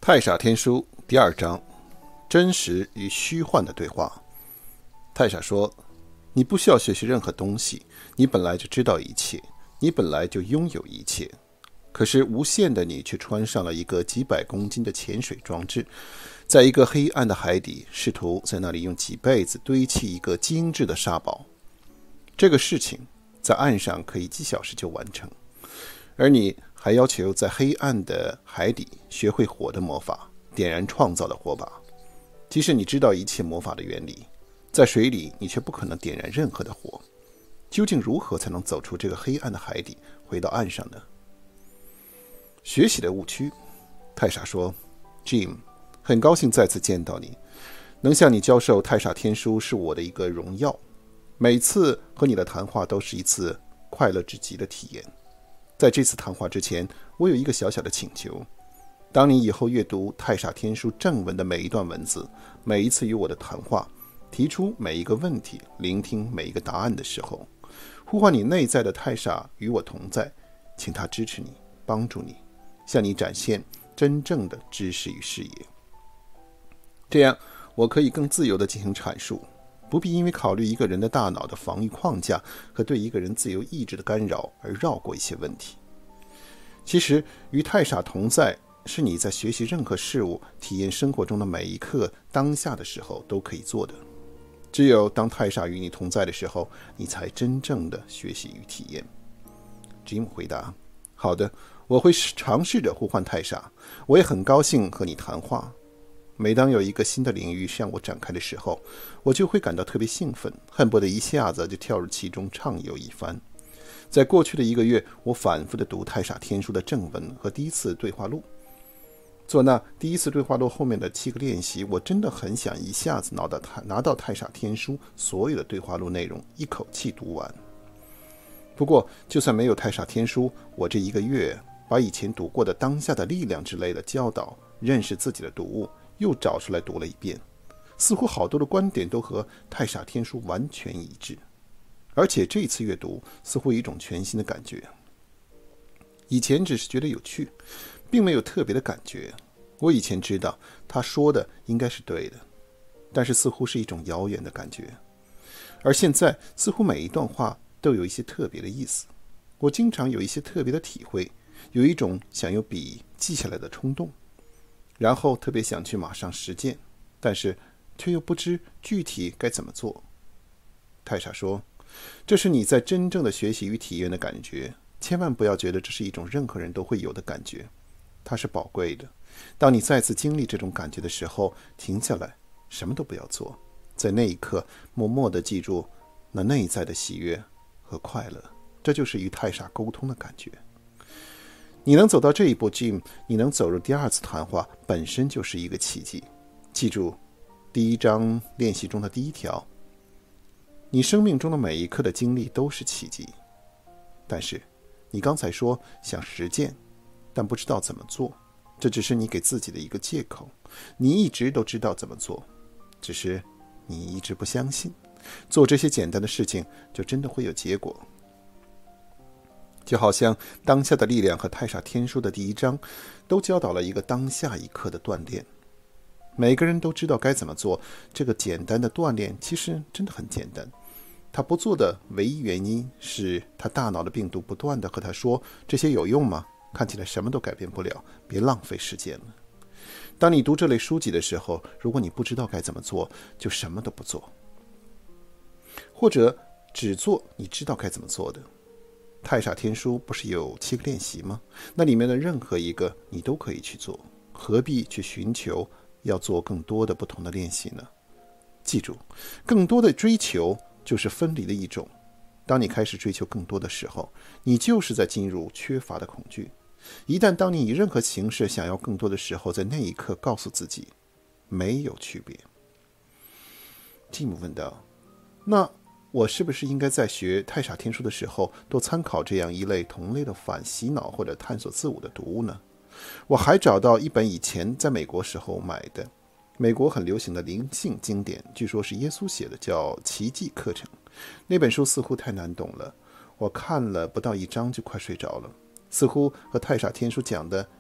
太傻天书第2章，真实与虚幻的对话。太傻说，你不需要学习任何东西，你本来就知道一切，你本来就拥有一切。可是无限的你却穿上了一个几百公斤的潜水装置，在一个黑暗的海底，试图在那里用几辈子堆砌一个精致的沙堡。这个事情在岸上可以几小时就完成，而你还要求在黑暗的海底学会火的魔法，点燃创造的火把。即使你知道一切魔法的原理，在水里你却不可能点燃任何的火。究竟如何才能走出这个黑暗的海底，回到岸上呢？学习的误区。太傻说， Jim， 很高兴再次见到你，能向你教授太傻天书是我的一个荣耀。每次和你的谈话都是一次快乐至极的体验。在这次谈话之前，我有一个小小的请求。当你以后阅读太傻天书正文的每一段文字，每一次与我的谈话，提出每一个问题，聆听每一个答案的时候，呼唤你内在的太傻与我同在，请他支持你，帮助你，向你展现真正的知识与视野。这样我可以更自由地进行阐述，不必因为考虑一个人的大脑的防御框架和对一个人自由意志的干扰而绕过一些问题。其实与太傻同在，是你在学习任何事物、体验生活中的每一刻当下的时候都可以做的。只有当太傻与你同在的时候，你才真正的学习与体验。Jim 回答，好的，我会尝试着呼唤太傻，我也很高兴和你谈话。每当有一个新的领域向我展开的时候，我就会感到特别兴奋，恨不得一下子就跳入其中畅游一番。在过去的1个月，我反复地读太傻天书的正文和第一次对话录。做那第一次对话录后面的7个练习，我真的很想一下子拿到太傻天书所有的对话录内容一口气读完。不过就算没有太傻天书，我这1个月把以前读过的当下的力量之类的教导、认识自己的读物又找出来读了一遍，似乎好多的观点都和太傻天书完全一致。而且这一次阅读似乎有一种全新的感觉。以前只是觉得有趣，并没有特别的感觉。我以前知道他说的应该是对的，但是似乎是一种遥远的感觉。而现在似乎每一段话都有一些特别的意思。我经常有一些特别的体会，有一种想用笔记下来的冲动，然后特别想去马上实践，但是却又不知具体该怎么做。太傻说，这是你在真正的学习与体验的感觉，千万不要觉得这是一种任何人都会有的感觉，它是宝贵的。当你再次经历这种感觉的时候，停下来，什么都不要做，在那一刻默默地记住那内在的喜悦和快乐，这就是与太傻沟通的感觉。你能走到这一步 Jim， 你能走入第2次谈话本身就是一个奇迹。记住第1章练习中的第1条，你生命中的每一刻的经历都是奇迹。但是你刚才说想实践，但不知道怎么做，这只是你给自己的一个借口。你一直都知道怎么做，只是你一直不相信，做这些简单的事情就真的会有结果。就好像当下的力量和太傻天书的第1章都教导了一个当下一刻的锻炼。每个人都知道该怎么做，这个简单的锻炼其实真的很简单。他不做的唯一原因是他大脑的病毒不断地和他说，这些有用吗？看起来什么都改变不了，别浪费时间了。当你读这类书籍的时候，如果你不知道该怎么做，就什么都不做，或者只做你知道该怎么做的。太傻天书不是有7个练习吗？那里面的任何一个你都可以去做，何必去寻求要做更多的不同的练习呢？记住，更多的追求就是分离的一种。当你开始追求更多的时候，你就是在进入缺乏的恐惧。一旦当你以任何形式想要更多的时候，在那一刻告诉自己没有区别。Jim问道，那我是不是应该在学太傻天书的时候多参考这样一类同类的反洗脑或者探索自我的读物呢？我还找到一本以前在美国时候买的美国很流行的灵性经典，据说是耶稣写的，叫《奇迹课程》。那本书似乎太难懂了，我看了不到1章就快睡着了，似乎和太傻天书讲的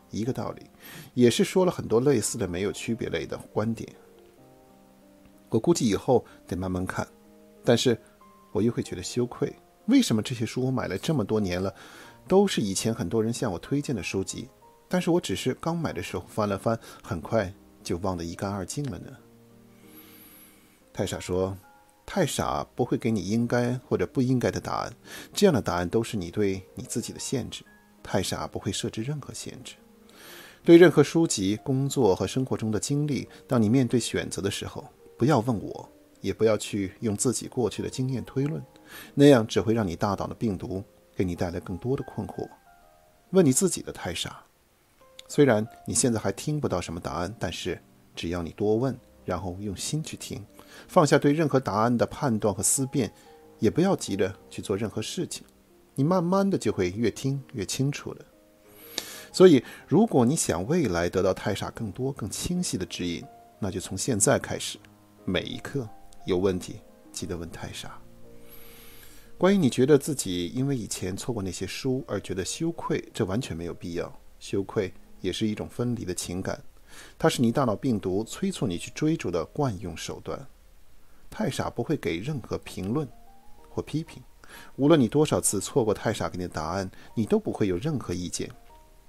一个道理，也是说了很多类似的没有区别类的观点。我估计以后得慢慢看，但是我又会觉得羞愧。为什么这些书我买了这么多年了，都是以前很多人向我推荐的书籍，但是我只是刚买的时候翻了翻，很快就忘得一干二净了呢？太傻说，太傻不会给你应该或者不应该的答案，这样的答案都是你对你自己的限制。太傻不会设置任何限制。对任何书籍、工作和生活中的经历，当你面对选择的时候，不要问我，也不要去用自己过去的经验推论，那样只会让你大脑的病毒给你带来更多的困惑。问你自己的太傻。虽然你现在还听不到什么答案，但是只要你多问，然后用心去听，放下对任何答案的判断和思辨，也不要急着去做任何事情，你慢慢的就会越听越清楚了。所以如果你想未来得到太傻更多更清晰的指引，那就从现在开始，每一刻有问题记得问太傻。关于你觉得自己因为以前错过那些书而觉得羞愧，这完全没有必要。羞愧也是一种分离的情感，它是你大脑病毒催促你去追逐的惯用手段。太傻不会给任何评论或批评，无论你多少次错过太傻给你的答案，你都不会有任何意见。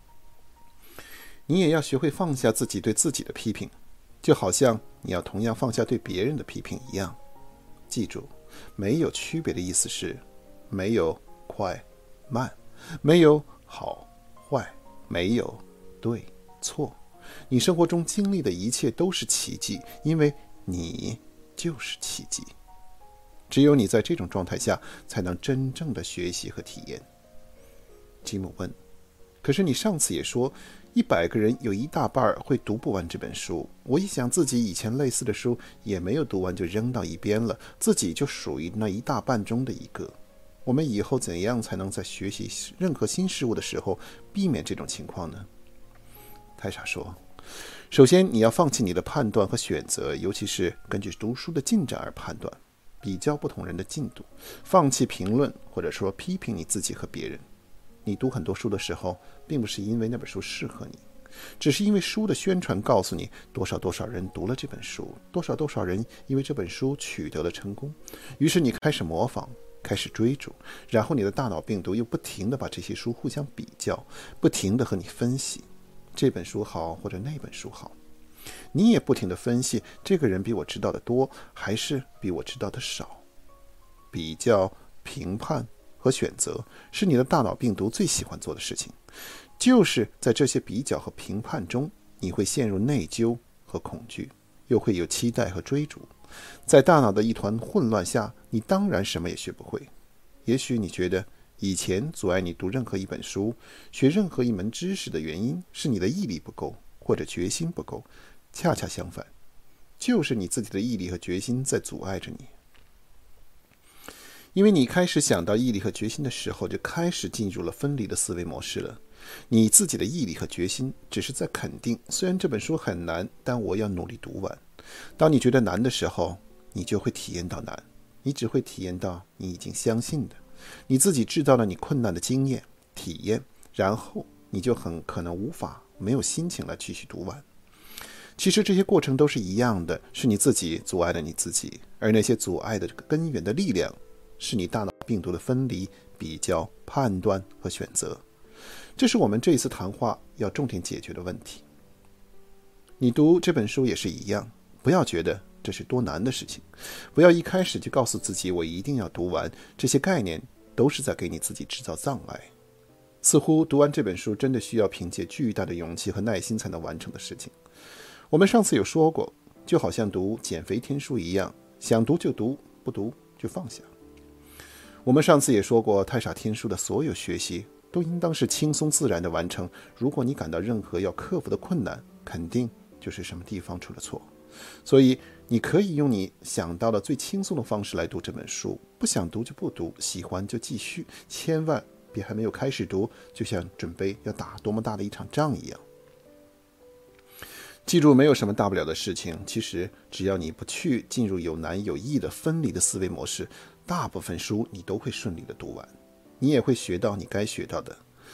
你也要学会放下自己对自己的批评，就好像你要同样放下对别人的批评一样。记住，没有区别的意思是没有快慢，没有好坏，没有对错。你生活中经历的一切都是奇迹，因为你就是奇迹。只有你在这种状态下才能真正的学习和体验。吉姆问，可是你上次也说100个人有一大半会读不完这本书，我一想自己以前类似的书也没有读完就扔到一边了，自己就属于那一大半中的一个。我们以后怎样才能在学习任何新事物的时候避免这种情况呢？太傻说，首先你要放弃你的判断和选择，尤其是根据读书的进展而判断，比较不同人的进度，放弃评论或者说批评你自己和别人。你读很多书的时候，并不是因为那本书适合你，只是因为书的宣传告诉你多少人读了这本书，多少人因为这本书取得了成功，于是你开始模仿，开始追逐，然后你的大脑病毒又不停地把这些书互相比较，不停地和你分析这本书好或者那本书好。你也不停地分析这个人比我知道的多还是比我知道的少。比较、评判和选择是你的大脑病毒最喜欢做的事情，就是在这些比较和评判中，你会陷入内疚和恐惧，又会有期待和追逐。在大脑的一团混乱下，你当然什么也学不会。也许你觉得以前阻碍你读任何一本书、学任何一门知识的原因是你的毅力不够或者决心不够，恰恰相反，就是你自己的毅力和决心在阻碍着你。因为你开始想到毅力和决心的时候，就开始进入了分离的思维模式了。你自己的毅力和决心只是在肯定，虽然这本书很难，但我要努力读完。当你觉得难的时候，你就会体验到难，你只会体验到你已经相信的，你自己制造了你困难的经验、体验，然后你就很可能无法没有心情来继续读完。其实这些过程都是一样的，是你自己阻碍了你自己，而那些阻碍的根源的力量是你大脑病毒的分离、比较、判断和选择。这是我们这一次谈话要重点解决的问题。你读这本书也是一样，不要觉得这是多难的事情，不要一开始就告诉自己我一定要读完，这些概念都是在给你自己制造障碍。似乎读完这本书真的需要凭借巨大的勇气和耐心才能完成的事情。我们上次有说过，就好像读减肥天书一样，想读就读，不读就放下。我们上次也说过，太傻天书的所有学习都应当是轻松自然的完成。如果你感到任何要克服的困难，肯定就是什么地方出了错。所以你可以用你想到的最轻松的方式来读这本书，不想读就不读，喜欢就继续，千万别还没有开始读，就像准备要打多么大的一场仗一样。记住，没有什么大不了的事情，其实只要你不去进入有难有易的分离的思维模式，大部分书你都会顺利的读完，你也会学到你该学到的。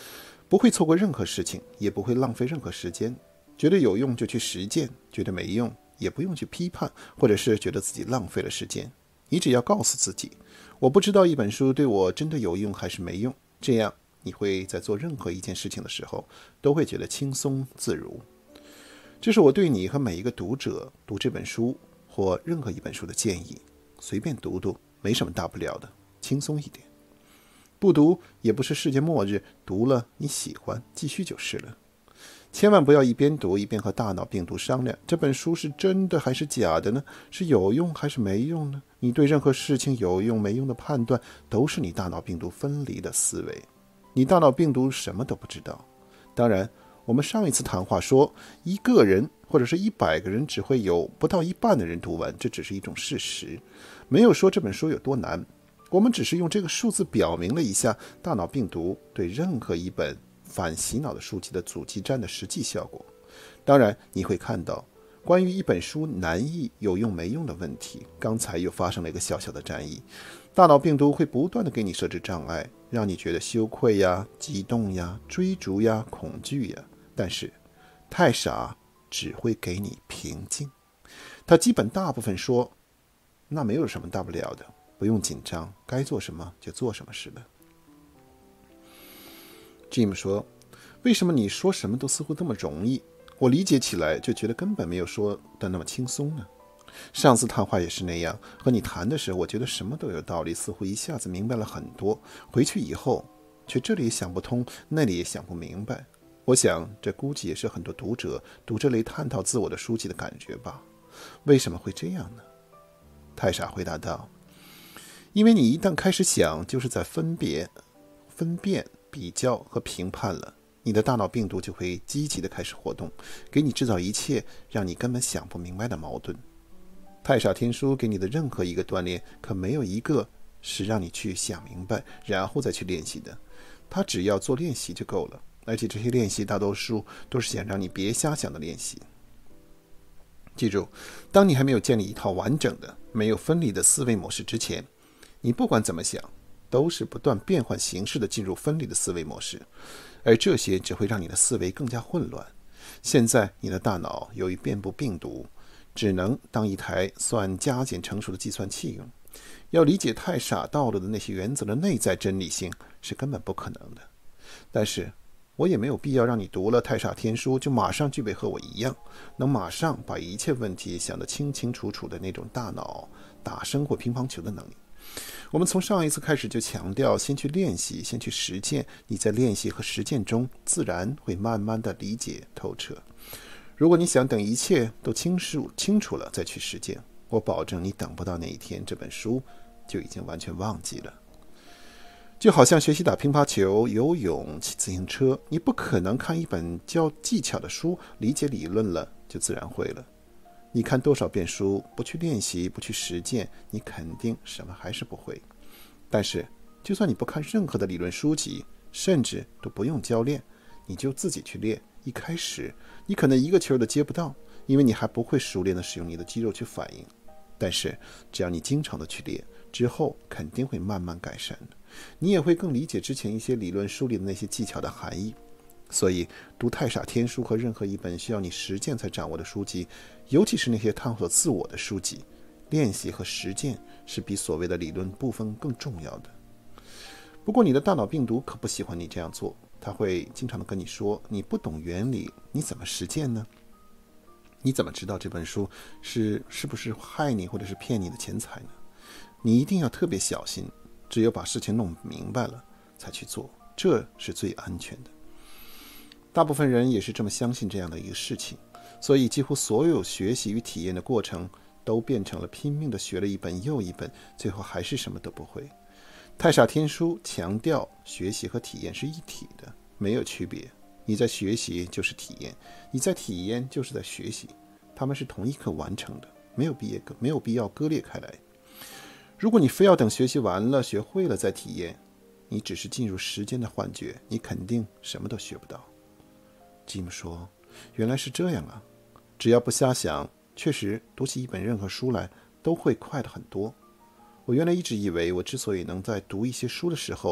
不会错过任何事情，也不会浪费任何时间。觉得有用就去实践，觉得没用也不用去批判，或者是觉得自己浪费了时间。你只要告诉自己，我不知道一本书对我真的有用还是没用，这样你会在做任何一件事情的时候都会觉得轻松自如。这是我对你和每一个读者读这本书或任何一本书的建议，随便读读，没什么大不了的，轻松一点。不读也不是世界末日，读了你喜欢继续就是了。千万不要一边读一边和大脑病毒商量，这本书是真的还是假的呢？是有用还是没用呢？你对任何事情有用没用的判断，都是你大脑病毒分离的思维。你大脑病毒什么都不知道。当然，我们上一次谈话说，一个人或者是100个人只会有不到一半的人读完，这只是一种事实，没有说这本书有多难。我们只是用这个数字表明了一下大脑病毒对任何一本反洗脑的书籍的阻击战的实际效果。当然，你会看到关于一本书难易有用没用的问题，刚才又发生了一个小小的战役。大脑病毒会不断的给你设置障碍，让你觉得羞愧呀、激动呀、追逐呀、恐惧呀。但是太傻只会给你平静。他基本大部分说，那没有什么大不了的，不用紧张，该做什么就做什么似的。Jim 说，为什么你说什么都似乎这么容易，我理解起来就觉得根本没有说的那么轻松呢？上次谈话也是那样，和你谈的时候我觉得什么都有道理，似乎一下子明白了很多，回去以后却这里也想不通，那里也想不明白。我想这估计也是很多读者读这类探讨自我的书籍的感觉吧。为什么会这样呢？太傻回答道，因为你一旦开始想，就是在分辨、比较和评判了，你的大脑病毒就会积极地开始活动，给你制造一切让你根本想不明白的矛盾。太傻天书给你的任何一个锻炼，可没有一个是让你去想明白然后再去练习的，他只要做练习就够了，而且这些练习大多数都是想让你别瞎想的练习。记住，当你还没有建立一套完整的、没有分离的思维模式之前，你不管怎么想，都是不断变换形式的进入分离的思维模式，而这些只会让你的思维更加混乱。现在你的大脑由于遍布病毒，只能当一台算加减乘除的计算器用。要理解太傻道路的那些原则的内在真理性是根本不可能的。但是我也没有必要让你读了太傻天书就马上具备和我一样能马上把一切问题想得清清楚楚的那种大脑打生活乒乓球的能力。我们从上一次开始就强调，先去练习，先去实践，你在练习和实践中自然会慢慢的理解透彻。如果你想等一切都清楚了再去实践，我保证你等不到那一天，这本书就已经完全忘记了。就好像学习打乒乓球、游泳、骑自行车，你不可能看一本教技巧的书，理解理论了就自然会了。你看多少遍书，不去练习，不去实践，你肯定什么还是不会。但是就算你不看任何的理论书籍，甚至都不用教练，你就自己去练，一开始你可能一个球都接不到，因为你还不会熟练的使用你的肌肉去反应。但是只要你经常的去练，之后肯定会慢慢改善的。你也会更理解之前一些理论书里的那些技巧的含义。所以读太傻天书和任何一本需要你实践才掌握的书籍，尤其是那些探索自我的书籍，练习和实践是比所谓的理论部分更重要的。不过你的大脑病毒可不喜欢你这样做，他会经常的跟你说，你不懂原理，你怎么实践呢？你怎么知道这本书是不是害你或者是骗你的钱财呢？你一定要特别小心，只有把事情弄明白了才去做，这是最安全的。大部分人也是这么相信这样的一个事情，所以几乎所有学习与体验的过程都变成了拼命的学了一本又一本，最后还是什么都不会。太傻天书强调学习和体验是一体的，没有区别。你在学习就是体验，你在体验就是在学习，它们是同一刻完成的，没有必要割裂开来。如果你非要等学习完了学会了再体验，你只是进入时间的幻觉，你肯定什么都学不到。Jim 说，原来是这样啊，只要不瞎想，确实读起一本任何书来都会快得很多。我原来一直以为我之所以能在读一些书的时候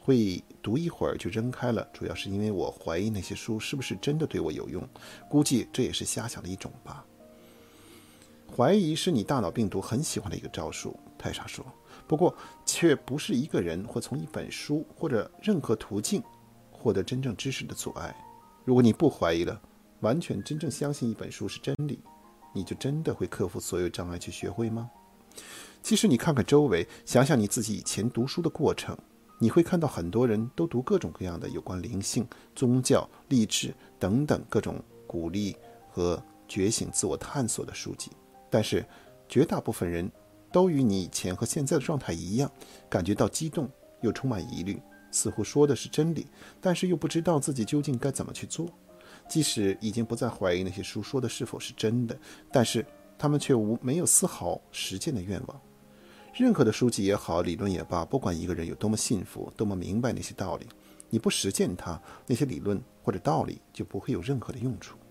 会读一会儿就扔开了，主要是因为我怀疑那些书是不是真的对我有用，估计这也是瞎想的一种吧。怀疑是你大脑病毒很喜欢的一个招数，泰莎说，不过却不是一个人或从一本书或者任何途径获得真正知识的阻碍。如果你不怀疑了，完全真正相信一本书是真理，你就真的会克服所有障碍去学会吗？其实你看看周围，想想你自己以前读书的过程，你会看到很多人都读各种各样的有关灵性、宗教、励志等等各种鼓励和觉醒自我探索的书籍，但是绝大部分人都与你以前和现在的状态一样，感觉到激动又充满疑虑，似乎说的是真理，但是又不知道自己究竟该怎么去做。即使已经不再怀疑那些书说的是否是真的，但是他们却没有丝毫实践的愿望。任何的书籍也好，理论也罢，不管一个人有多么信服，多么明白那些道理，你不实践它，那些理论或者道理就不会有任何的用处。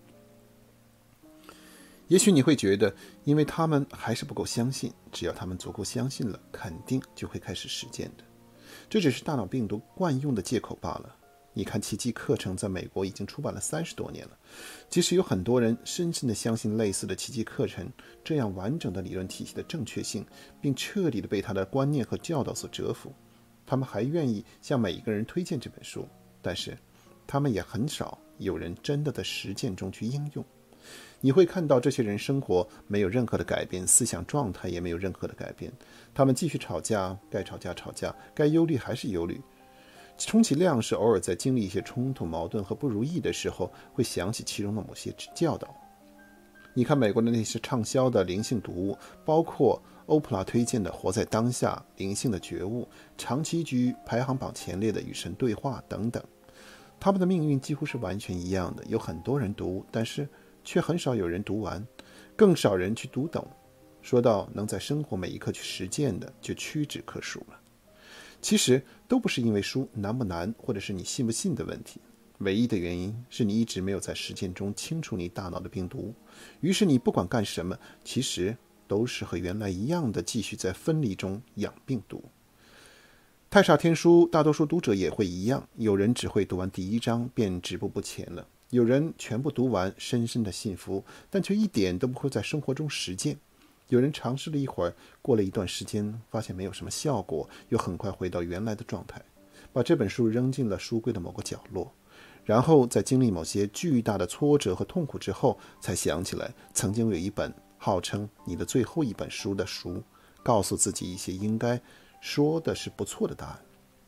也许你会觉得，因为他们还是不够相信，只要他们足够相信了，肯定就会开始实践的。这只是大脑病毒惯用的借口罢了。你看，奇迹课程在美国已经出版了30多年了，即使有很多人深深地相信类似的奇迹课程这样完整的理论体系的正确性，并彻底地被他的观念和教导所折服，他们还愿意向每一个人推荐这本书，但是他们也很少有人真的在实践中去应用。你会看到这些人生活没有任何的改变，思想状态也没有任何的改变，他们继续吵架，该吵架吵架，该忧虑还是忧虑，充其量是偶尔在经历一些冲突、矛盾和不如意的时候，会想起其中的某些教导。你看美国的那些畅销的灵性读物，包括欧普拉推荐的《活在当下》、灵性的觉悟，长期居排行榜前列的《与神对话》等等，他们的命运几乎是完全一样的。有很多人读，但是却很少有人读完，更少人去读懂。说到能在生活每一刻去实践的，就屈指可数了。其实都不是因为书难不难，或者是你信不信的问题，唯一的原因是你一直没有在实践中清除你大脑的病毒，于是你不管干什么，其实都是和原来一样的继续在分离中养病毒。太傻天书大多数读者也会一样，有人只会读完第1章便止步不前了，有人全部读完深深的信服，但却一点都不会在生活中实践。有人尝试了一会儿，过了一段时间发现没有什么效果，又很快回到原来的状态，把这本书扔进了书柜的某个角落，然后在经历某些巨大的挫折和痛苦之后，才想起来曾经有一本号称你的最后一本书的书，告诉自己一些应该说的是不错的答案。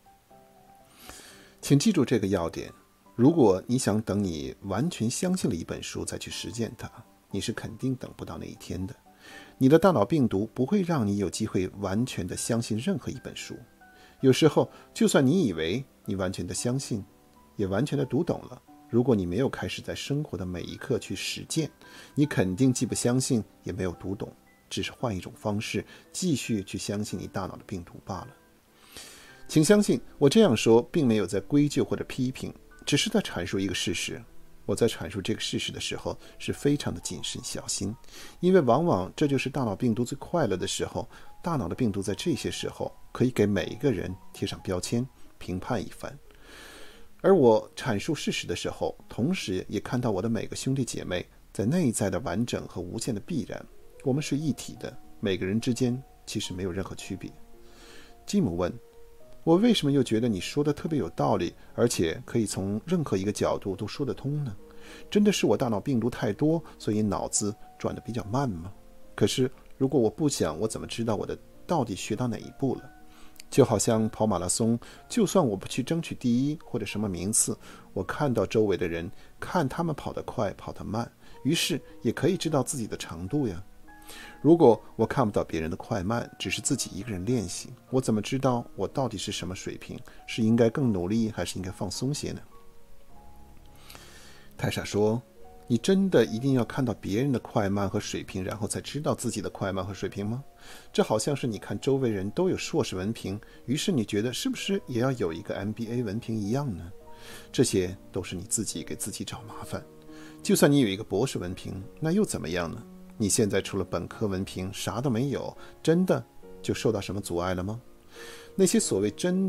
请记住这个要点，如果你想等你完全相信了一本书再去实践它，你是肯定等不到那一天的。你的大脑病毒不会让你有机会完全的相信任何一本书。有时候，就算你以为你完全的相信，也完全的读懂了，如果你没有开始在生活的每一刻去实践，你肯定既不相信，也没有读懂，只是换一种方式继续去相信你大脑的病毒罢了。请相信，我这样说并没有在归咎或者批评，只是在阐述一个事实。我在阐述这个事实的时候是非常的谨慎小心，因为往往这就是大脑病毒最快乐的时候。大脑的病毒在这些时候可以给每一个人贴上标签，评判一番。而我阐述事实的时候，同时也看到我的每个兄弟姐妹在内在的完整和无限的必然，我们是一体的，每个人之间其实没有任何区别。吉姆问，我为什么又觉得你说的特别有道理，而且可以从任何一个角度都说得通呢？真的是我大脑病毒太多，所以脑子转得比较慢吗？可是如果我不想，我怎么知道我的到底学到哪一步了？就好像跑马拉松，就算我不去争取第一或者什么名次，我看到周围的人，看他们跑得快跑得慢，于是也可以知道自己的程度呀。如果我看不到别人的快慢，只是自己一个人练习，我怎么知道我到底是什么水平？是应该更努力，还是应该放松些呢？泰莎说，你真的一定要看到别人的快慢和水平，然后才知道自己的快慢和水平吗？这好像是你看周围人都有硕士文凭，于是你觉得是不是也要有一个 MBA 文凭一样呢？这些都是你自己给自己找麻烦。就算你有一个博士文凭，那又怎么样呢？你现在除了本科文凭啥都没有，真的就受到什么阻碍了吗？那些所谓真的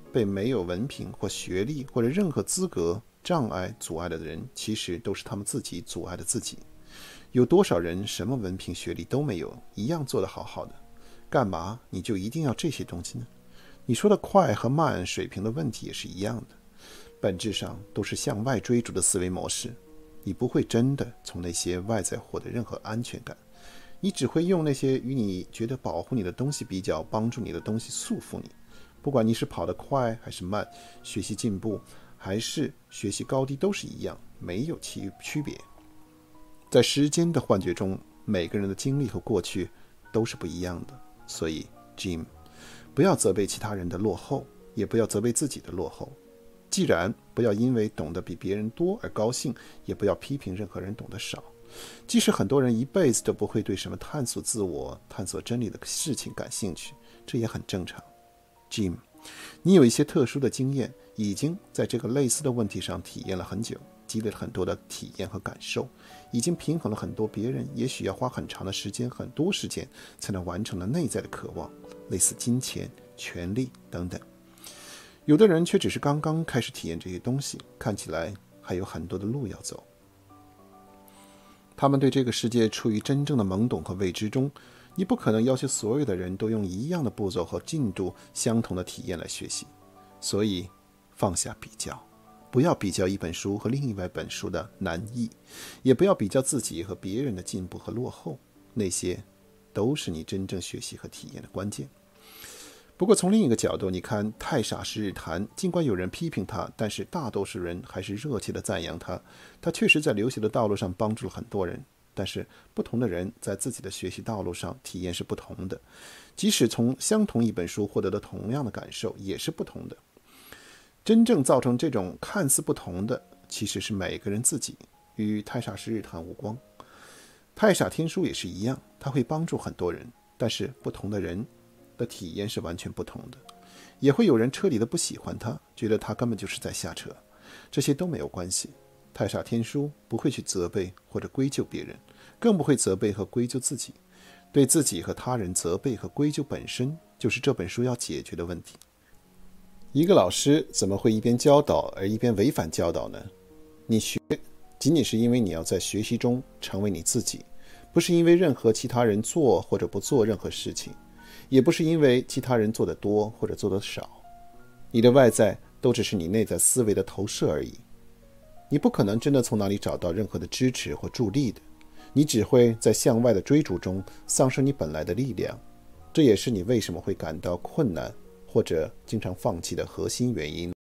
被没有文凭或学历或者任何资格障碍阻碍的人，其实都是他们自己阻碍了自己。有多少人什么文凭学历都没有，一样做得好好的？干嘛你就一定要这些东西呢？你说的快和慢水平的问题也是一样的，本质上都是向外追逐的思维模式。你不会真的从那些外在获得任何安全感，你只会用那些与你觉得保护你的东西比较，帮助你的东西束缚你。不管你是跑得快还是慢，学习进步还是学习高低都是一样，没有区别。在时间的幻觉中，每个人的经历和过去都是不一样的。所以 Jim， 不要责备其他人的落后，也不要责备自己的落后。既然不要因为懂得比别人多而高兴，也不要批评任何人懂得少。即使很多人一辈子都不会对什么探索自我、探索真理的事情感兴趣，这也很正常。Jim， 你有一些特殊的经验，已经在这个类似的问题上体验了很久，积累了很多的体验和感受，已经平衡了很多别人也许要花很长的时间、很多时间才能完成的内在的渴望，类似金钱、权力等等。有的人却只是刚刚开始体验这些东西，看起来还有很多的路要走。他们对这个世界处于真正的懵懂和未知中，你不可能要求所有的人都用一样的步骤和进度、相同的体验来学习。所以放下比较，不要比较一本书和另一本书的难易，也不要比较自己和别人的进步和落后，那些都是你真正学习和体验的关键。不过从另一个角度，你看太傻是日谈，尽管有人批评他，但是大多数人还是热切地赞扬他。他确实在留学的道路上帮助了很多人，但是不同的人在自己的学习道路上体验是不同的，即使从相同一本书获得的同样的感受也是不同的。真正造成这种看似不同的，其实是每个人自己，与太傻是日谈无关。太傻天书也是一样，它会帮助很多人，但是不同的人的体验是完全不同的。也会有人彻底的不喜欢他，觉得他根本就是在瞎扯，这些都没有关系。太傻天书不会去责备或者归咎别人，更不会责备和归咎自己。对自己和他人责备和归咎本身就是这本书要解决的问题。一个老师怎么会一边教导而一边违反教导呢？你学仅仅是因为你要在学习中成为你自己，不是因为任何其他人做或者不做任何事情，也不是因为其他人做得多或者做得少。你的外在都只是你内在思维的投射而已。你不可能真的从哪里找到任何的支持或助力的，你只会在向外的追逐中丧失你本来的力量。这也是你为什么会感到困难或者经常放弃的核心原因。